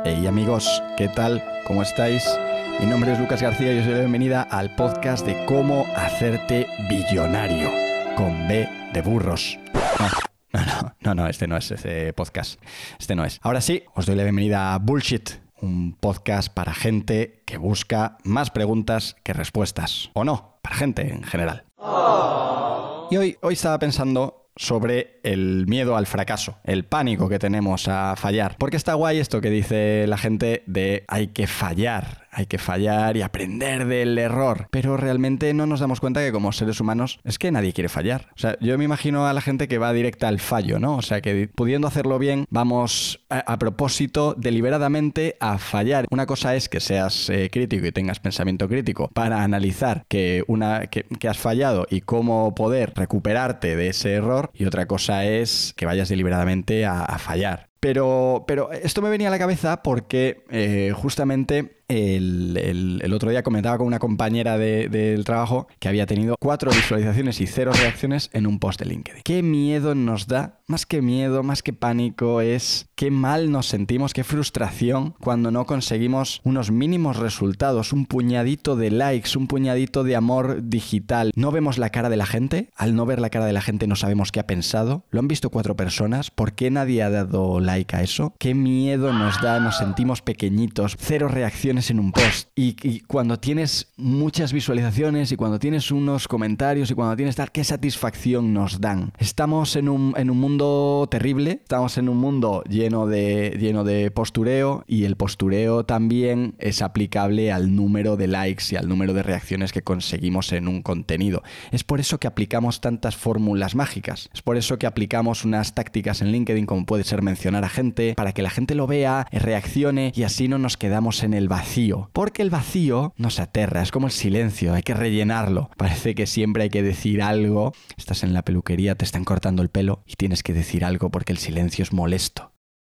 Hey amigos, ¿qué tal? ¿Cómo estáis? Mi nombre es Lucas García y os doy la bienvenida al podcast de cómo hacerte billonario, con B de burros. No, este no es ese podcast. Este no es. Ahora sí, os doy la bienvenida a Bullshit, un podcast para gente que busca más preguntas que respuestas. O no, para gente en general. Y hoy estaba pensando sobre el miedo al fracaso, el pánico que tenemos a fallar. Porque está guay esto que dice la gente de hay que fallar y aprender del error. Pero realmente no nos damos cuenta que como seres humanos es que nadie quiere fallar. O sea, yo me imagino a la gente que va directa al fallo, ¿no? O sea, que pudiendo hacerlo bien, vamos a propósito deliberadamente a fallar. Una cosa es que seas crítico y tengas pensamiento crítico para analizar que has fallado y cómo poder recuperarte de ese error. Y otra cosa es que vayas deliberadamente a fallar. Pero esto me venía a la cabeza porque justamente el otro día comentaba con una compañera del trabajo que había tenido 4 visualizaciones y 0 reacciones en un post de LinkedIn. ¿Qué miedo nos da? Más que miedo, más que pánico, es qué mal nos sentimos, qué frustración cuando no conseguimos unos mínimos resultados, un puñadito de likes, un puñadito de amor digital. No vemos la cara de la gente. Al no ver la cara de la gente no sabemos qué ha pensado. Lo han visto 4 personas. ¿Por qué nadie ha dado like a eso? ¿Qué miedo nos da? Nos sentimos pequeñitos. 0 reacciones en un post. Y cuando tienes muchas visualizaciones y cuando tienes unos comentarios y cuando tienes tal, ¿qué satisfacción nos dan? Estamos en un mundo terrible. Estamos en un mundo lleno de postureo, y el postureo también es aplicable al número de likes y al número de reacciones que conseguimos en un contenido. Es por eso que aplicamos tantas fórmulas mágicas. Es por eso que aplicamos unas tácticas en LinkedIn como puede ser mencionar a gente, para que la gente lo vea, reaccione y así no nos quedamos en el vacío. Porque el vacío nos aterra, es como el silencio, hay que rellenarlo. Parece que siempre hay que decir algo. Estás en la peluquería, te están cortando el pelo y tienes que decir algo porque el silencio es molesto.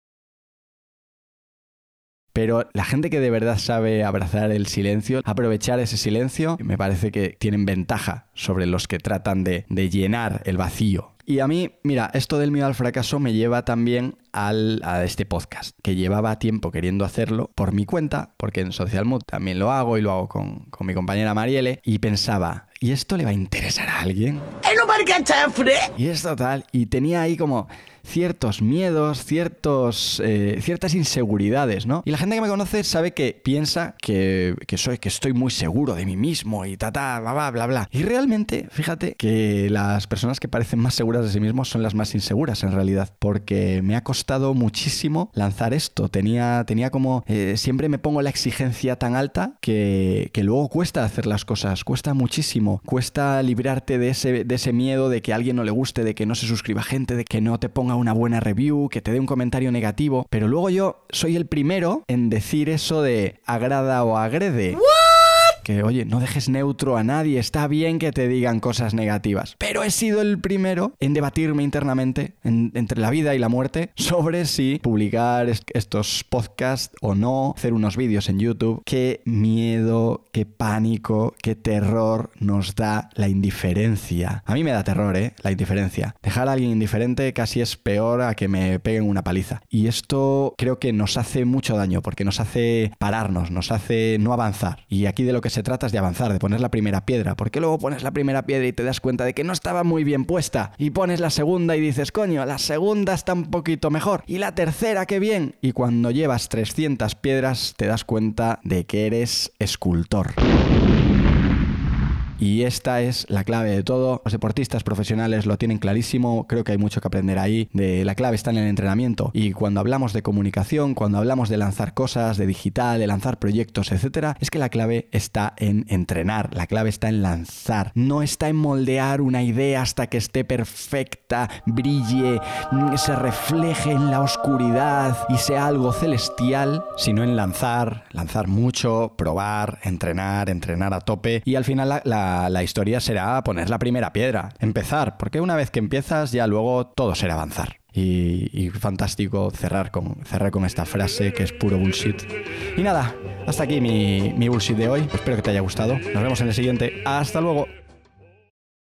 Pero la gente que de verdad sabe abrazar el silencio, aprovechar ese silencio, me parece que tienen ventaja sobre los que tratan de llenar el vacío. Y a mí, mira, esto del miedo al fracaso me lleva también a este podcast, que llevaba tiempo queriendo hacerlo por mi cuenta, porque en Social Mood también lo hago y lo hago con mi compañera Marielle, y pensaba, ¿y esto le va a interesar a alguien? Y esto tal, y tenía ahí como ciertos miedos, ciertas inseguridades, ¿no? Y la gente que me conoce sabe que piensa que estoy muy seguro de mí mismo y bla, bla. Y realmente, fíjate que las personas que parecen más seguras de sí mismos son las más inseguras en realidad, porque me ha costado muchísimo lanzar esto. Tenía como siempre me pongo la exigencia tan alta que luego cuesta hacer las cosas, cuesta muchísimo, cuesta librarte de ese miedo de que a alguien no le guste, de que no se suscriba gente, de que no te ponga una buena review, que te dé un comentario negativo. Pero luego yo soy el primero en decir eso de agrada o agrede. Que, oye, no dejes neutro a nadie, está bien que te digan cosas negativas. Pero he sido el primero en debatirme internamente entre la vida y la muerte sobre si publicar estos podcasts o no, hacer unos vídeos en YouTube. Qué miedo, qué pánico, qué terror nos da la indiferencia. A mí me da terror, la indiferencia. Dejar a alguien indiferente casi es peor a que me peguen una paliza. Y esto creo que nos hace mucho daño, porque nos hace pararnos, nos hace no avanzar. Y aquí de lo que se trata es de avanzar, de poner la primera piedra, porque luego pones la primera piedra y te das cuenta de que no estaba muy bien puesta, y pones la segunda y dices, coño, la segunda está un poquito mejor, y la tercera, qué bien, y cuando llevas 300 piedras te das cuenta de que eres escultor. Y esta es la clave de todo. Los deportistas profesionales lo tienen clarísimo. Creo que hay mucho que aprender ahí. La clave está en el entrenamiento. Y cuando hablamos de comunicación, cuando hablamos de lanzar cosas, de digital, de lanzar proyectos, etcétera, es que la clave está en entrenar. La clave está en lanzar. No está en moldear una idea hasta que esté perfecta, brille, se refleje en la oscuridad y sea algo celestial, sino en lanzar mucho, probar, entrenar a tope. Y al final la historia será poner la primera piedra, empezar, porque una vez que empiezas ya luego todo será avanzar. Y fantástico cerrar con esta frase que es puro bullshit. Y nada, hasta aquí mi bullshit de hoy. Espero que te haya gustado. Nos vemos en el siguiente. ¡Hasta luego!